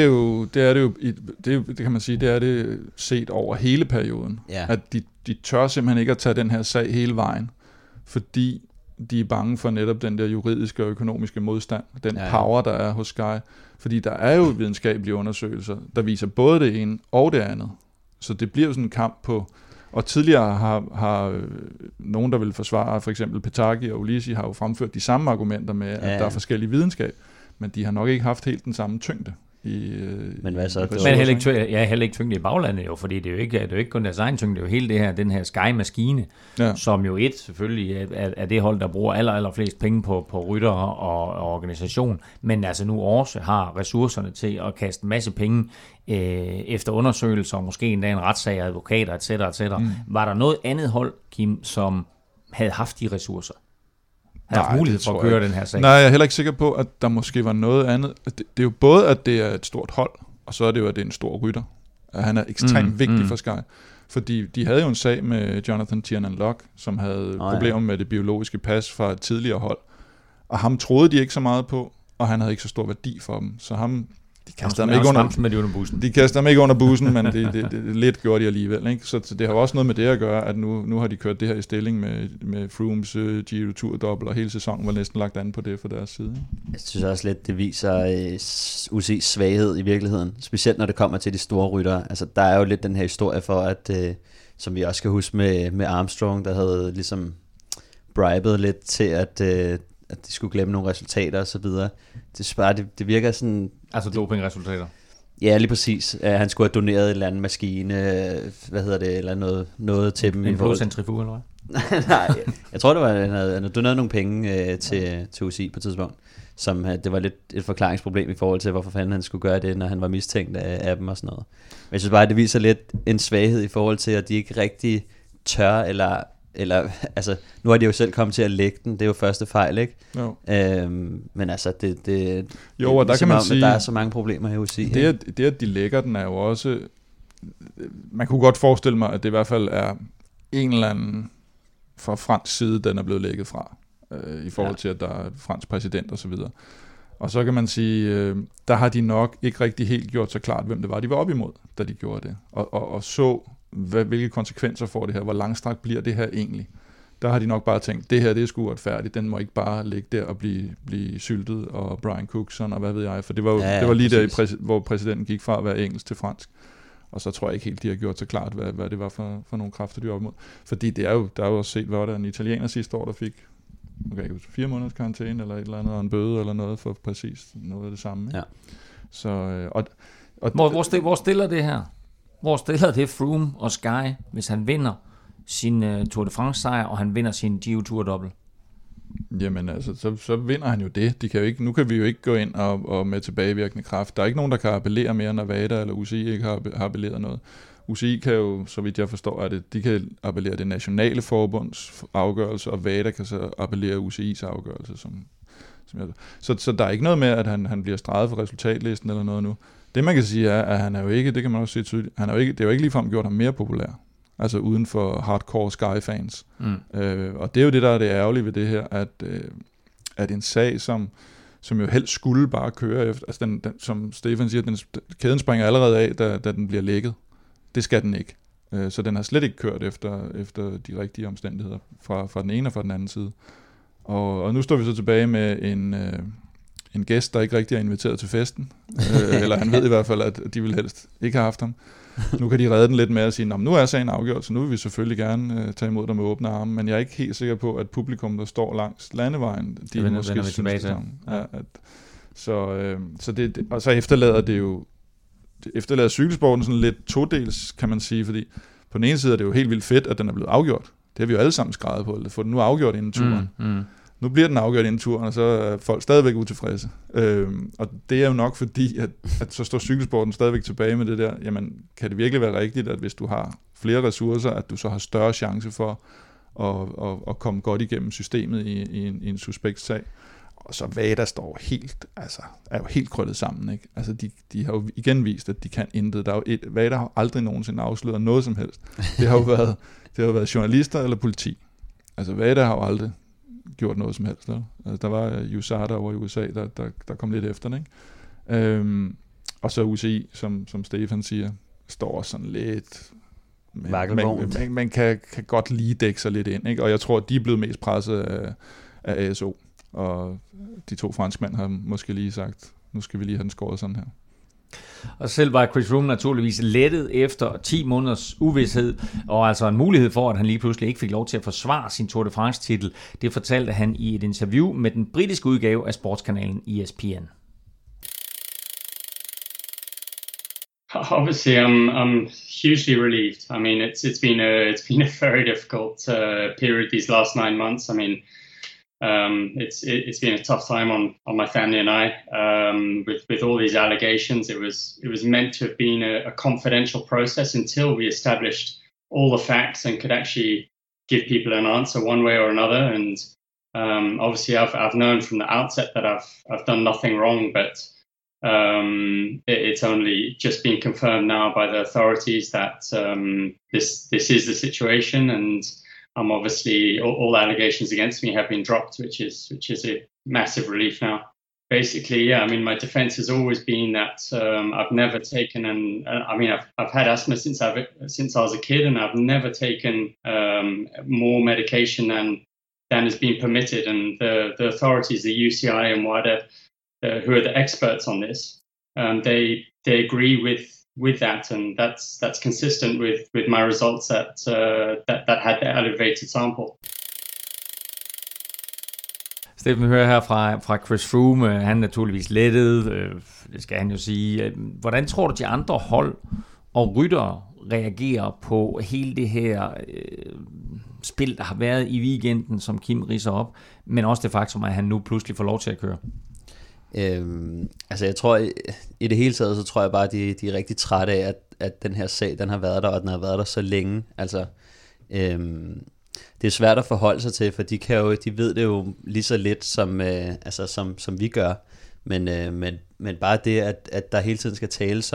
kan man sige, det er det set over hele perioden. Ja. At de tør simpelthen ikke at tage den her sag hele vejen, fordi de er bange for netop den der juridiske og økonomiske modstand, den power, der er hos Sky. Fordi der er jo videnskabelige undersøgelser, der viser både det ene og det andet. Så det bliver jo sådan en kamp på... Og tidligere har nogen, der vil forsvare, for eksempel Petaghi og Ulissi, har jo fremført de samme argumenter med, at der er forskellige videnskab, men de har nok ikke haft helt den samme tyngde Men hvad så? Men heller ikke tyngde i baglandet jo, fordi det er jo ikke kun deres egen tyngde, det er jo hele det her, den her Sky-maskine, som jo selvfølgelig er det hold, der bruger aller flest penge på ryttere og organisation, men altså nu også har ressourcerne til at kaste en masse penge efter undersøgelser, og måske endda en retssag, advokater, etc. Var der noget andet hold, Kim, som havde haft de ressourcer? Har haft mulighed for at køre den her sag? Nej, jeg er heller ikke sikker på, at der måske var noget andet. Det er jo både, at det er et stort hold, og så er det jo, at det er en stor rytter. At han er ekstremt vigtig for Sky. Fordi de havde jo en sag med Jonathan Tiernan Locke, som havde problemer med det biologiske pas fra et tidligere hold. Og ham troede de ikke så meget på, og han havde ikke så stor værdi for dem. Så de kastede ham ikke under bussen, men det lidt gjorde de alligevel. Ikke? Så det har også noget med det at gøre, at nu har de kørt det her i stilling med Froomes Giro Tour dobbelt, og hele sæsonen var næsten lagt an på det fra deres side. Jeg synes også lidt, det viser UCI's svaghed i virkeligheden, specielt når det kommer til de store ryttere. Altså, der er jo lidt den her historie for, at som vi også skal huske med Armstrong, der havde ligesom bribet lidt til, at de skulle glemme nogle resultater og så videre. Det virker sådan... Altså dopingresultater? Ja, lige præcis. Han skulle have doneret en eller anden maskine, eller noget til dem. En blodcentrifug, eller hvad? Nej, jeg tror, det var, han havde doneret nogle penge til UCI på et tidspunkt, som det var lidt et forklaringsproblem i forhold til, hvorfor fanden han skulle gøre det, når han var mistænkt af dem og sådan noget. Men jeg synes bare, det viser lidt en svaghed i forhold til, at de ikke rigtig tør, eller altså, nu har de jo selv kommet til at lægge den, det er jo første fejl, ikke? Jo. Men altså, og der kan man sige, der er så mange problemer her UCI. Det, at de lægger den, er jo også, man kunne godt forestille mig, at det i hvert fald er en eller anden fra fransk side, den er blevet lægget fra, i forhold til, at der er fransk præsident og så videre. Og så kan man sige, der har de nok ikke rigtig helt gjort så klart, hvem det var, de var op imod, da de gjorde det. Og så hvilke konsekvenser får det her, hvor langstrakt bliver det her egentlig. Der har de nok bare tænkt, det her det er sgu uretfærdigt, den må ikke bare ligge der og blive syltet, og Brian Cookson og hvad ved jeg, for det var jo det var lige der, hvor præsidenten gik fra at være engelsk til fransk. Og så tror jeg ikke helt, de har gjort så klart, hvad det var for nogle kræfter, de var op imod. Fordi det er jo, der er jo også set, hvad der en italiener sidste år, der fik 4 måneders karantæne, eller et eller andet, og en bøde eller noget, for præcis noget af det samme. Ikke? Ja. Så, hvor stiller det her? Hvor stiller det Froome og Sky, hvis han vinder sin Tour de France sejr, og han vinder sin Giro Tour dobbelt? Jamen altså, så vinder han jo det. Nu kan vi jo ikke gå ind og med tilbagevirkende kraft. Der er ikke nogen, der kan appellere mere, når Vada eller UCI ikke har appelleret noget. UCI kan jo, så vidt jeg forstår, de kan appellere det nationale forbunds afgørelse, og Vada kan så appellere UCI's afgørelse. Så der er ikke noget med, at han bliver streget for resultatlisten eller noget nu. Det man kan sige er, at han er jo ikke, det kan man også sige tydeligt, det er jo ikke ligefrem gjort ham mere populær, altså uden for hardcore Sky-fans. Og det er jo det, der er det ærgerlige ved det her, at en sag, som jo helst skulle bare køre efter, altså den, som Stefan siger, kæden springer allerede af, da den bliver lækket. Det skal den ikke. Så den har slet ikke kørt efter de rigtige omstændigheder fra den ene og fra den anden side. Og nu står vi så tilbage med en gæst, der ikke rigtig er inviteret til festen. Eller han ved i hvert fald, at de vil helst ikke have haft ham. Nu kan de redde den lidt med at sige, nu er sagen afgjort, så nu vil vi selvfølgelig gerne tage imod dig med åbne arme, men jeg er ikke helt sikker på, at publikum, der står langs landevejen, de måske synes det samme. Og så efterlader det jo cykelsporten sådan lidt todels, kan man sige, fordi på den ene side er det jo helt vildt fedt, at den er blevet afgjort. Det har vi jo alle sammen skrevet på, at få den nu afgjort inden turen. Nu bliver den afgjort inden turen, og så er folk stadigvæk utilfredse. Og det er jo nok fordi, at så står cykelsporten stadigvæk tilbage med det der, jamen, kan det virkelig være rigtigt, at hvis du har flere ressourcer, at du så har større chance for at komme godt igennem systemet i en suspekt sag? Og så Vada står er jo helt krøllet sammen, ikke? Altså de har jo igen vist, at de kan intet. Vada har aldrig nogensinde afsløret noget som helst. Det har jo været journalister eller politi. Altså Vada har jo aldrig gjort noget som helst. Altså, der var USADA over i USA, der kom lidt efter den, ikke? Og så UCI, som Stefan siger, står sådan lidt... Man kan godt lige dække sig lidt ind, ikke? Og jeg tror, at de er blevet mest presset af ASO. Og de 2 franskmænd har måske lige sagt, nu skal vi lige have den skåret sådan her. Og selv var Chris Froome naturligvis lettet efter 10 måneders uvished, og altså en mulighed for, at han lige pludselig ikke fik lov til at forsvare sin Tour de France-titel. Det fortalte han i et interview med den britiske udgave af sportskanalen ESPN. obviously, I'm hugely relieved. I mean, it's been a very difficult period these last 9 months. I mean, it's been a tough time on my family and I with all these allegations. It was meant to have been a confidential process until we established all the facts and could actually give people an answer one way or another. And obviously, I've known from the outset that I've done nothing wrong, but it's only just been confirmed now by the authorities that this is the situation, and obviously all allegations against me have been dropped, which is a massive relief now. Basically, yeah, I mean, my defense has always been that I've never taken, I've had asthma since I was a kid, and I've never taken more medication than has been permitted. And the authorities, the UCI and WADA, who are the experts on this, they agree with that, and that's consistent with my results that had the elevated sample. Steffen, vi hører her fra Chris Froome. Han er naturligvis lettet, det skal han jo sige. Hvordan tror du, de andre hold og ryttere reagerer på hele det her spil, der har været i weekenden, som Kim ridser op, men også det faktum, at han nu pludselig får lov til at køre? Altså jeg tror i det hele taget, så tror jeg bare, de er rigtig trætte af, at den her sag, den har været der, og den har været der så længe. Altså det er svært at forholde sig til, for de ved det jo lige så lidt som vi gør, men bare det, at der hele tiden skal tales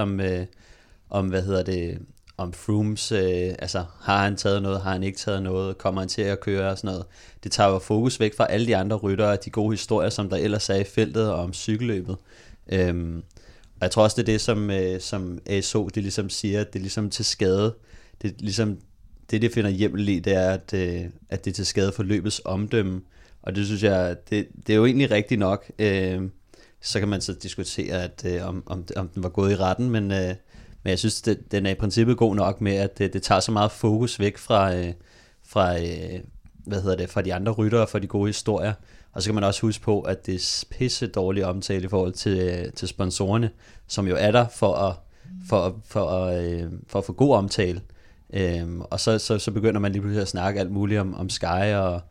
om Froomes, altså har han taget noget, har han ikke taget noget, kommer han til at køre og sådan noget. Det tager jo fokus væk fra alle de andre ryttere, de gode historier, som der ellers er i feltet og om cykelløbet. Og jeg tror også, det er det, som ASO, det ligesom siger, at det er ligesom til skade. Det er ligesom det finder hjemmel i, det er, at det er til skade for løbets omdømme. Og det synes jeg, det er jo egentlig rigtigt nok. Så kan man så diskutere, om den var gået i retten, men jeg synes, den er i princippet god nok med, at det tager så meget fokus væk fra de andre ryttere og fra de gode historier. Og så kan man også huske på, at det er pisse dårlig omtale i forhold til sponsorerne, som jo er der for at få god omtale. Og så begynder man lige pludselig at snakke alt muligt om Sky og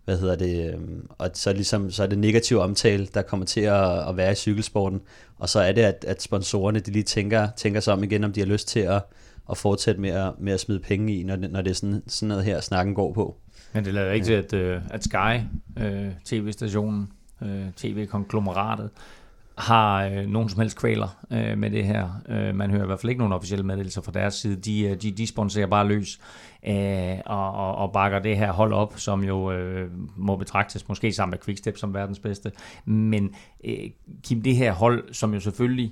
og så er det negativ omtale, der kommer til at være i cykelsporten, og så er det, at sponsorerne, de lige tænker sig om igen, om de har lyst til at fortsætte med at smide penge i, når det er sådan noget her, snakken går på. Men det lader ikke til, at Sky, tv-stationen, tv-konglomeratet, har nogen som helst kvaler med det her. Man hører i hvert fald ikke nogen officielle meddelelser fra deres side. De sponsorerer bare løs og bakker det her hold op, som jo må betragtes måske sammen med Quickstep som verdens bedste. Men Kim, det her hold, som jo selvfølgelig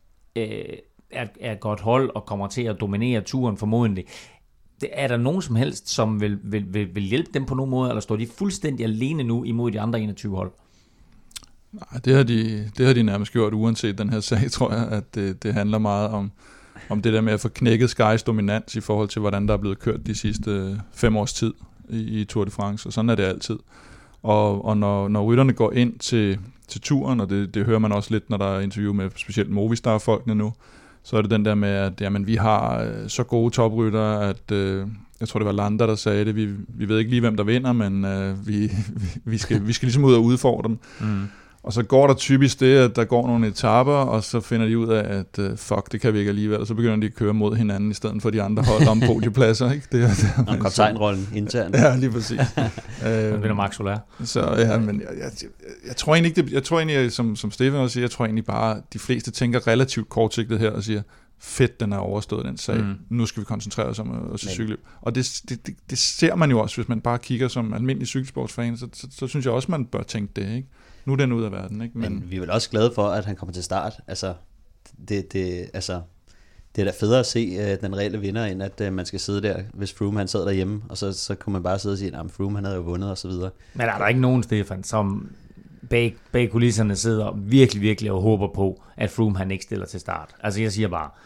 er et godt hold og kommer til at dominere turen formodentlig, er der nogen som helst, som vil hjælpe dem på nogen måde, eller står de fuldstændig alene nu imod de andre 21 hold? Nej, det har de nærmest gjort, uanset den her sag, tror jeg, at det handler meget om det der med at få knækket Skys dominans i forhold til, hvordan der er blevet kørt de sidste 5 års tid i Tour de France, og sådan er det altid. Og når rytterne går ind til turen, og det hører man også lidt, når der er interview med specielt Movistar-folkene nu, så er det den der med, at jamen, vi har så gode topryttere, at jeg tror det var Landa, der sagde det, vi ved ikke lige, hvem der vinder, men vi skal ligesom ud og udfordre dem. Mm. Og så går der typisk det, at der går nogle etaper, og så finder de ud af, at fuck, det kan vi ikke alligevel, og så begynder de at køre mod hinanden, i stedet for de andre hold om podiepladser, ikke? Det og kaptajnrollen internt. Ja, lige præcis. Det vinder Max Soler. Så ja, men jeg tror egentlig, som Stefan også siger, jeg tror egentlig bare, de fleste tænker relativt kortsigtet her, og siger, fedt, den er overstået, den sag. Nu skal vi koncentrere os om at se cykelløb. Og det ser man jo også, hvis man bare kigger som almindelig cykelsportsfan, så synes jeg også, man bør tænke det, ikke? Nu er den ud af verden, ikke? Men vi er vel også glade for, at han kommer til start. Altså, det er da federe at se den reelle vinder, end at man skal sidde der, hvis Froome han sad derhjemme, og så kunne man bare sidde og sige, at Froome han havde jo vundet, og så videre. Men er der ikke nogen, Stefan, som bag kulisserne sidder virkelig, virkelig og håber på, at Froome han ikke stiller til start? Altså, jeg siger bare,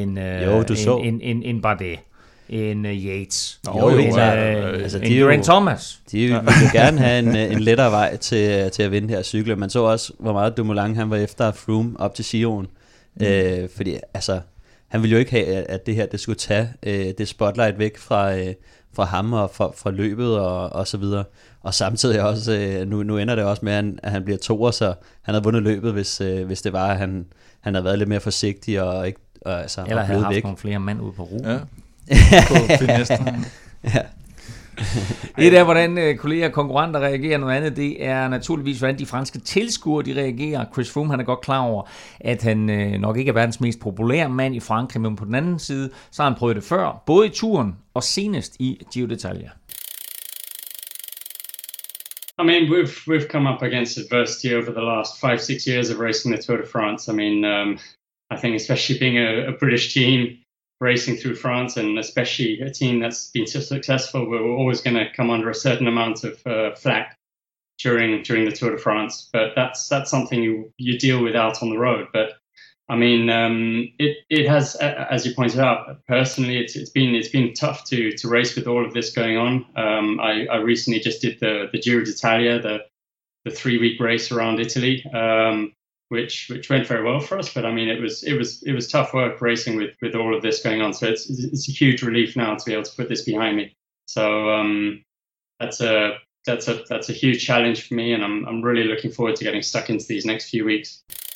en Bardet, en Yates, en Grant Thomas. De vil jo gerne have en lettere vej til at vinde her cykler. Man så også, hvor meget Dumoulin han var efter Froome op til Giroen. Fordi altså, han ville jo ikke have, at det her det skulle tage det spotlight væk fra ham og fra løbet og så videre. Og samtidig også, nu ender det også med, at han bliver toer, så han havde vundet løbet, hvis det var, at han havde været lidt mere forsigtig og ikke altså, eller havde haft nogle flere mand ude på ruten. Ja. På finesterne. Ja. Et af, hvordan kolleger og konkurrenter reagerer. Noget andet, det er naturligvis, hvordan de franske tilskuere de reagerer. Chris Froome, han er godt klar over, at han nok ikke er verdens mest populære mand i Frankrig, men på den anden side, så har han prøvet det før, både i turen og senest i Giro d'Italia. I mean, we've come up against adversity over the last 5-6 years of racing the Tour de France. I mean, I think especially being a British team racing through France, and especially a team that's been so successful, we're always going to come under a certain amount of flack during the Tour de France. But that's something you deal with out on the road. But I mean, it has, as you pointed out, personally, it's been tough to race with all of this going on. I recently just did the Giro d'Italia, the 3-week race around Italy, which went very well for us. But I mean, it was tough work racing with all of this going on. So it's a huge relief now to be able to put this behind me. So that's a huge challenge for me, and I'm really looking forward to getting stuck into these next few weeks.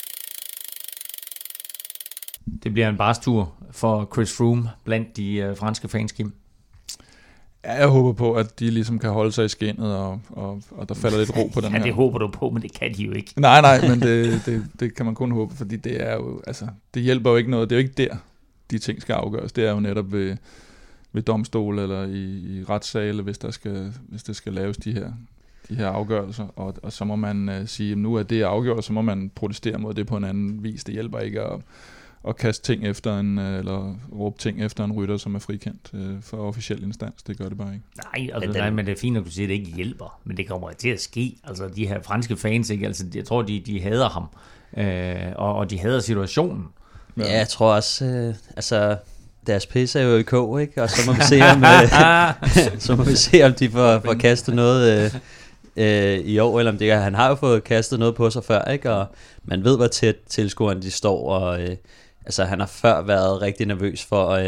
Det bliver en barstur for Chris Froome blandt de franske fans, Kim. Ja, jeg håber på, at de ligesom kan holde sig i skinnet, og der falder lidt ro på den her. Ja, det håber du på, men det kan de jo ikke. Nej, men det kan man kun håbe, fordi det er jo, altså, det hjælper jo ikke noget. Det er jo ikke der, de ting skal afgøres. Det er jo netop ved domstol eller i retssale, hvis der skal laves de her afgørelser, og så må man sige, at nu er det afgjort, så må man protestere mod det på en anden vis. Det hjælper ikke at kaste ting efter eller råbe ting efter en rytter, som er frikendt for officiel instans. Det gør det bare ikke. Nej, men det er fint, at du siger, at det ikke hjælper, men det kommer til at ske. Altså, de her franske fans, ikke? Altså, jeg tror, de hader ham, og de hader situationen. Ja, jeg tror også, altså, deres pisse er jo i kog, ikke? Og så må vi se, om de får kastet noget i år, eller om det er, han har jo fået kastet noget på sig før, ikke? Og man ved, hvor tæt tilskuerne de står, og altså, han har før været rigtig nervøs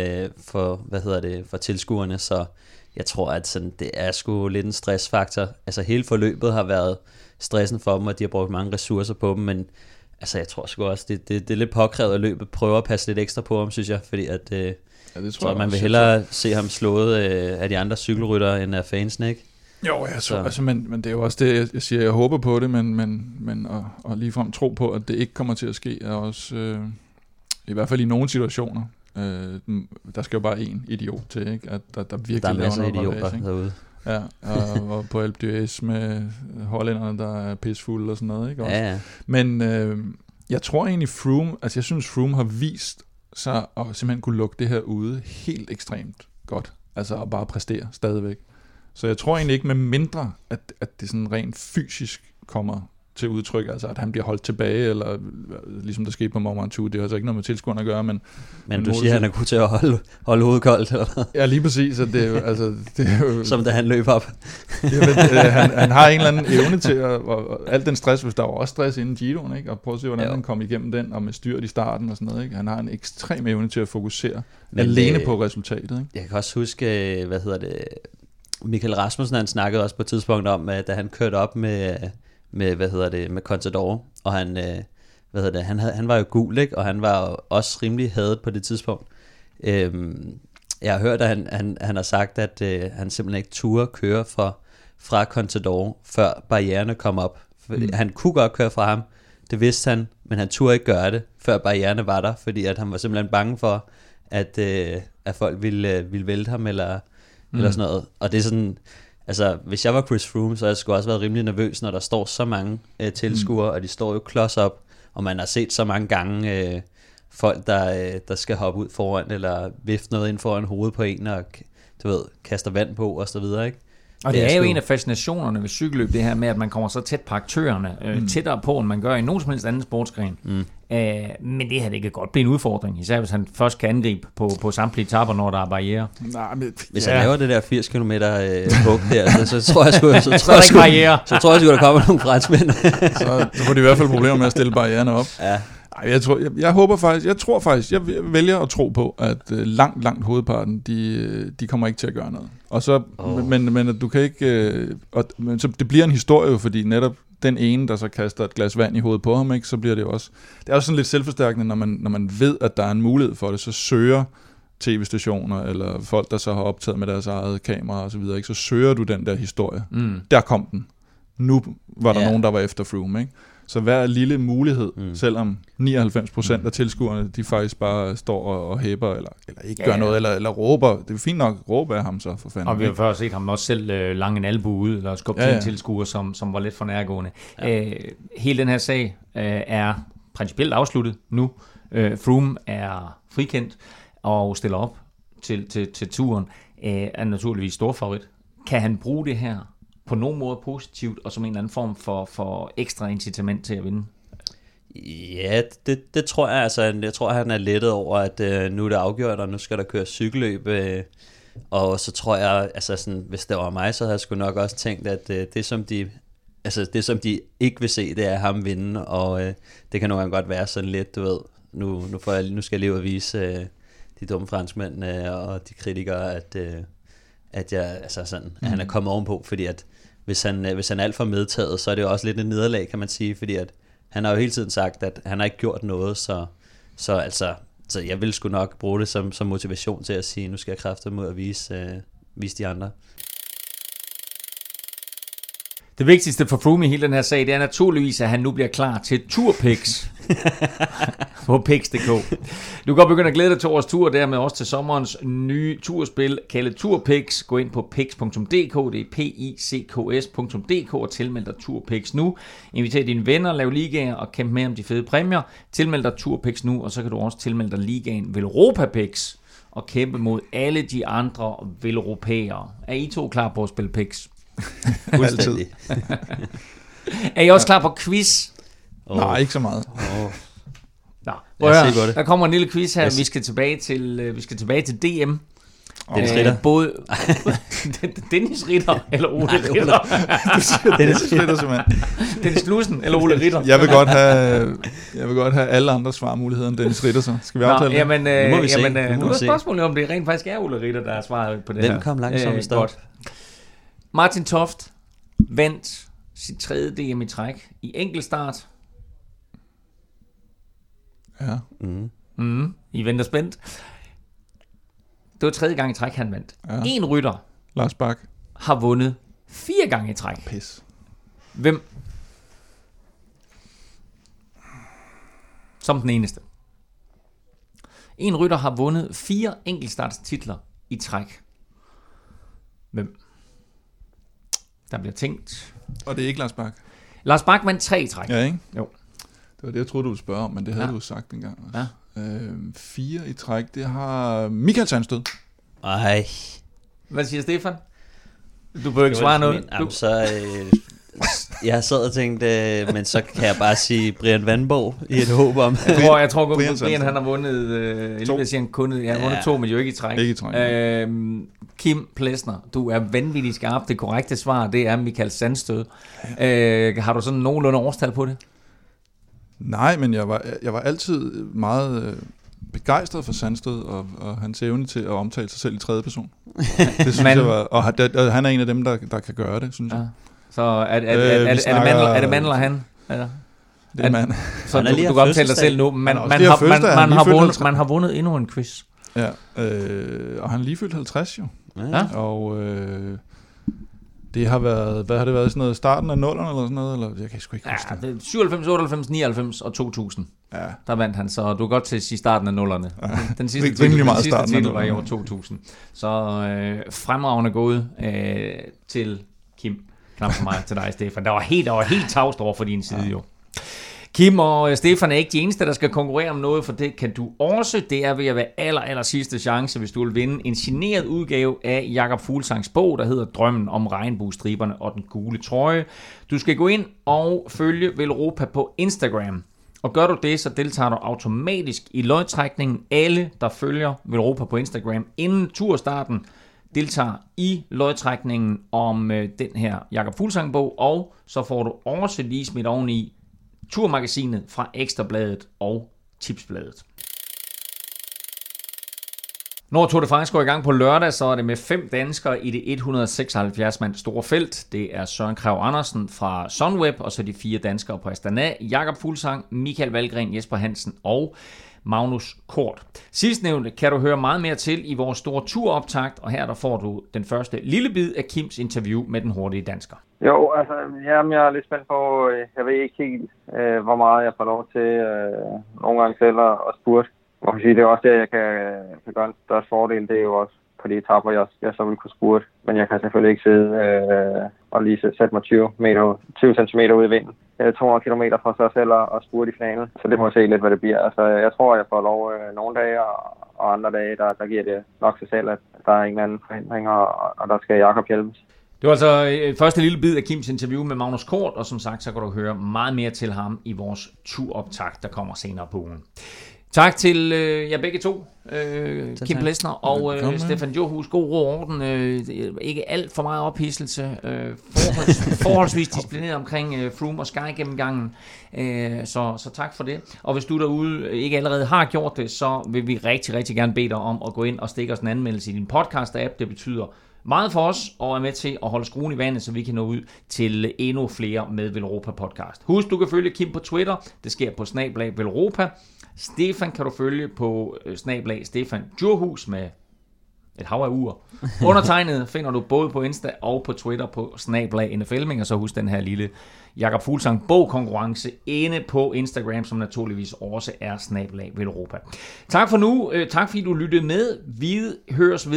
for tilskuerne, så jeg tror, at sådan, det er sgu lidt en stressfaktor. Altså, hele forløbet har været stressen for dem, og de har brugt mange ressourcer på dem, men altså, jeg tror sgu også, det er lidt påkrævet, at løbet prøver at passe lidt ekstra på ham, synes jeg, fordi at det tror jeg, man vil hellere se ham slået af de andre cykelryttere, end af fansene, ikke? Jo, jeg tror, altså, men det er jo også det, jeg siger, jeg håber på det, men og ligefrem tro på, at det ikke kommer til at ske, er også, i hvert fald i nogle situationer, der skal jo bare en idiot til, ikke? At der virkelig der er masser af idioter derude. Ja, og på Alpe d'Huez med hollænderne, der er pissfulde og sådan noget, ikke? Også. Ja. Men jeg tror egentlig Froome, altså jeg synes Froome har vist sig at simpelthen kunne lukke det her ude helt ekstremt godt, altså at bare præstere stadigvæk. Så jeg tror egentlig ikke med mindre, at det sådan rent fysisk kommer til udtryk, altså at han bliver holdt tilbage, eller ligesom der skete på Mont Ventoux, det har altså ikke noget med tilskuerne at gøre, men du siger, at han er god til at holde hovedet koldt, eller? Ja, lige præcis, og det er jo, altså, det er jo, som da han løb op. han har en eller anden evne til og alt den stress, hvis der var også stress inden Giroen, ikke? Og prøv at se, hvordan han kom igennem den, og med styrt i starten og sådan noget, ikke? Han har en ekstrem evne til at fokusere alene på resultatet, ikke? Jeg kan også huske, Michael Rasmussen, han snakkede også på et tidspunkt om, at da han kørte op med Contador, og han var jo gul, ikke? Og han var jo også rimelig hadet på det tidspunkt. Jeg har hørt, at han har sagt, at han simpelthen ikke turde køre fra Contador, før barriererne kom op. Han kunne godt køre fra ham, det vidste han, men han turde ikke gøre det, før barriererne var der, fordi at han var simpelthen bange for, at folk ville vælte ham, eller sådan noget. Og det er sådan, altså, hvis jeg var Chris Froome, så havde jeg sgu også været rimelig nervøs, når der står så mange tilskuere, og de står jo klods op, og man har set så mange gange folk, der skal hoppe ud foran, eller vifte noget ind foran hovedet på en, og du ved, kaster vand på, og så videre, ikke? Og det er jo en af fascinationerne ved cykelløb, det her med, at man kommer så tæt på aktørerne, tættere på, end man gør i nogen som helst anden sportsgren. Men det her, det kan godt blive en udfordring, især hvis han først kan angribe på samtlige etaper, når der er barriere. Hvis han laver det der 80 km hug der, så tror jeg sgu, så tror jeg, der kommer nogle franskmænd. så får de i hvert fald problemer med at stille barriererne op. Ja. Jeg tror faktisk, jeg vælger at tro på, at langt hovedparten, de kommer ikke til at gøre noget. Og så, men du kan ikke, men så det bliver en historie jo, fordi netop den ene, der så kaster et glas vand i hovedet på ham, ikke, så bliver det jo også, det er også sådan lidt selvforstærkende, når man ved, at der er en mulighed for det, så søger tv-stationer, eller folk, der så har optaget med deres eget kamera og så videre, ikke, så søger du den der historie. Der kom den. Nu var der nogen, der var efter Froome, ikke? Så hver lille mulighed, selvom 99% af tilskuerne, de faktisk bare står og hæpper, eller ikke gør noget, eller råber. Det er fint nok at råbe af ham så, for fanden. Og vi har før set ham også selv lange en albu ud, eller skubbe til en tilskuer, som var lidt for nærgående. Hele den her sag er principielt afsluttet nu. Froome er frikendt og stiller op til turen, er naturligvis stor favorit. Kan han bruge det her på nogen måde positivt, og som en eller anden form for ekstra incitament til at vinde? Ja, det tror jeg. Altså, jeg tror, han er lettet over, at nu er det afgjort, og nu skal der køre cykelløb. Og så tror jeg, altså sådan, hvis det var mig, så havde jeg sgu nok også tænkt, at det som de ikke vil se, det er ham vinde, og det kan nogle gange godt være sådan lidt, du ved, nu skal jeg leve og vise de dumme franskmænd og de kritikere, at han er kommet ovenpå, fordi at hvis han er alt for medtaget, så er det jo også lidt et nederlag, kan man sige, fordi at han har jo hele tiden sagt, at han har ikke gjort noget, så jeg vil sgu nok bruge det som motivation til at sige, nu skal jeg kræfte mod at vise de andre. Det vigtigste for Froome i hele den her sag, det er naturligvis, at han nu bliver klar til Tourpix på pix.dk. Du kan godt begynde at glæde dig til årets tur, dermed også til sommerens nye turspil, kaldet Tourpix. Gå ind på pix.dk, det er picks.dk, og tilmeld dig Tourpix nu. Inviter dine venner, lav ligaer og kæmpe med om de fede præmier. Tilmeld dig Tourpix nu, og så kan du også tilmelde dig ligaen Velropapix og kæmpe mod alle de andre velropæere. Er I to klar på at spille Pix? Altid. Er I også klar på quiz? Nej, ikke så meget. Nå, der kommer en lille quiz her. Vi skal tilbage til DM. Dennis Ritter. Både Dennis Ritter eller Ole Ritter. Dennis Ritter simpelthen. Dennis Knudsen eller Ole Ritter. Jeg vil godt have alle andre svarmuligheder end Dennis Ritter, så skal vi aftale det? Jamen, nu er spørgsmålet om det rent faktisk er Ole Ritter, der er svaret på det her. Den kom langsomt i start. Martin Toft vandt sit 3. DM i træk i enkeltstart. Ja. I venter spændt. Det var 3. gang i træk, han vandt. Ja. En rytter, Lars Bak, har vundet 4 gange i træk. Pis. Hvem? Som den eneste. En rytter har vundet 4 enkeltstartstitler i træk. Hvem? Der bliver tænkt. Og det er ikke Lars Bak? Lars Bak vandt 3 i træk. Ja, ikke? Jo. Det var det, jeg troede, du ville spørge om, men det havde du sagt engang også. Ja. 4 i træk, det har Michael Sandstød. Ej. Hvad siger Stefan? Du bør ikke svare noget. Jeg sad og tænkte, men så kan jeg bare sige Brian Vandborg i et håb om. Jeg tror Brian han har vundet, han har vundet 2, men jo ikke i træk. Ikke i træk. Kim Plesner, du er vanvittigt skarp. Det korrekte svar, det er Michael Sandstød. Har du sådan nogenlunde årstal på det? Nej, men jeg var altid meget begejstret for Sandstød og hans evne til at omtale sig selv i tredje person. Det synes jeg var, og han er en af dem, der kan gøre det, synes jeg. Så er det Mandel og han? Eller? Det er mand. Så du kan omtale dig selv nu. Man har vundet endnu en quiz. Ja, og han er lige fyldt 50 jo. Ja. Og det har været, hvad har det været, sådan noget starten af 0'erne eller sådan noget, eller jeg kan sgu ikke huske det. 97, 98, 99 og 2000. Ja. Der vandt han, så du kan godt til at sige starten af 0'erne. Ja. Den sidste titel var i år 2000. Så fremragende gået til Kim. Knap for mig til dig, Stefan. Der var helt tavst over for din side jo. Kim og Stefan er ikke de eneste, der skal konkurrere om noget, for det kan du også. Det er ved at være aller sidste chance, hvis du vil vinde en signeret udgave af Jakob Fuglsangs bog, der hedder Drømmen om regnbuestriberne og den gule trøje. Du skal gå ind og følge Velropa på Instagram. Og gør du det, så deltager du automatisk i lodtrækningen. Alle, der følger Velropa på Instagram inden turstarten, deltager i lodtrækningen om den her Jakob Fuglsang bog, og så får du også lige smidt oveni Turmagasinet fra Ekstrabladet og Tipsbladet. Når Tour de France går i gang på lørdag, så er det med 5 danskere i det 176 mand store felt. Det er Søren Kragh Andersen fra Sunweb, og så de 4 danskere på Astana, Jakob Fuglsang, Michael Valgren, Jesper Hansen og Magnus Kort. Sidstnævnte kan du høre meget mere til i vores store turoptakt, og her der får du den første lille bid af Kims interview med den hurtige dansker. Jo, altså, jamen, jeg er lidt spændt på, jeg ved ikke helt, hvor meget jeg får lov til nogle gange selv at spurte. Man kan sige, det er også det, jeg kan gøre en størst fordel. Det er jo også på de etapper, jeg så vil kunne spurte. Men jeg kan selvfølgelig ikke sidde og lige sætte mig 20 cm ud i vinden. 200 km fra sig selv og spurte i finalen. Så det må jeg se lidt, hvad det bliver. Altså, jeg tror, jeg får lov nogle dage, og andre dage, der giver det nok sig selv, at der er ingen anden forhindring, og der skal Jakob hjælpes. Det var altså første lille bid af Kims interview med Magnus Kort, og som sagt, så kan du høre meget mere til ham i vores turoptakt, der kommer senere på ugen. Tak til jer begge to, Kim Plesner og Stefan Johus. God ro og orden. Ikke alt for meget ophidselse. Forholdsvis disciplineret omkring Froome og Sky gennemgangen. Så tak for det. Og hvis du derude ikke allerede har gjort det, så vil vi rigtig, rigtig gerne bede dig om at gå ind og stikke os en anmeldelse i din podcast-app. Det betyder meget for os, og er med til at holde skruen i vandet, så vi kan nå ud til endnu flere med Velropa podcast. Husk, du kan følge Kim på Twitter. Det sker på @Velropa. Stefan kan du følge på @Stefan Djurhus med et hav af uger. Undertegnet finder du både på Insta og på Twitter på @NFLming, og så husk den her lille Jakob Fuglsang bogkonkurrence inde på Instagram, som naturligvis også er @Velropa. Tak for nu. Tak fordi du lyttede med. Vi høres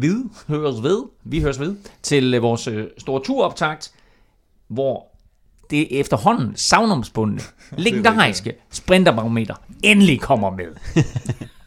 ved til vores store turoptakt, hvor det efterhånden savnomsbundne, legendariske sprinterbarometer endelig kommer med.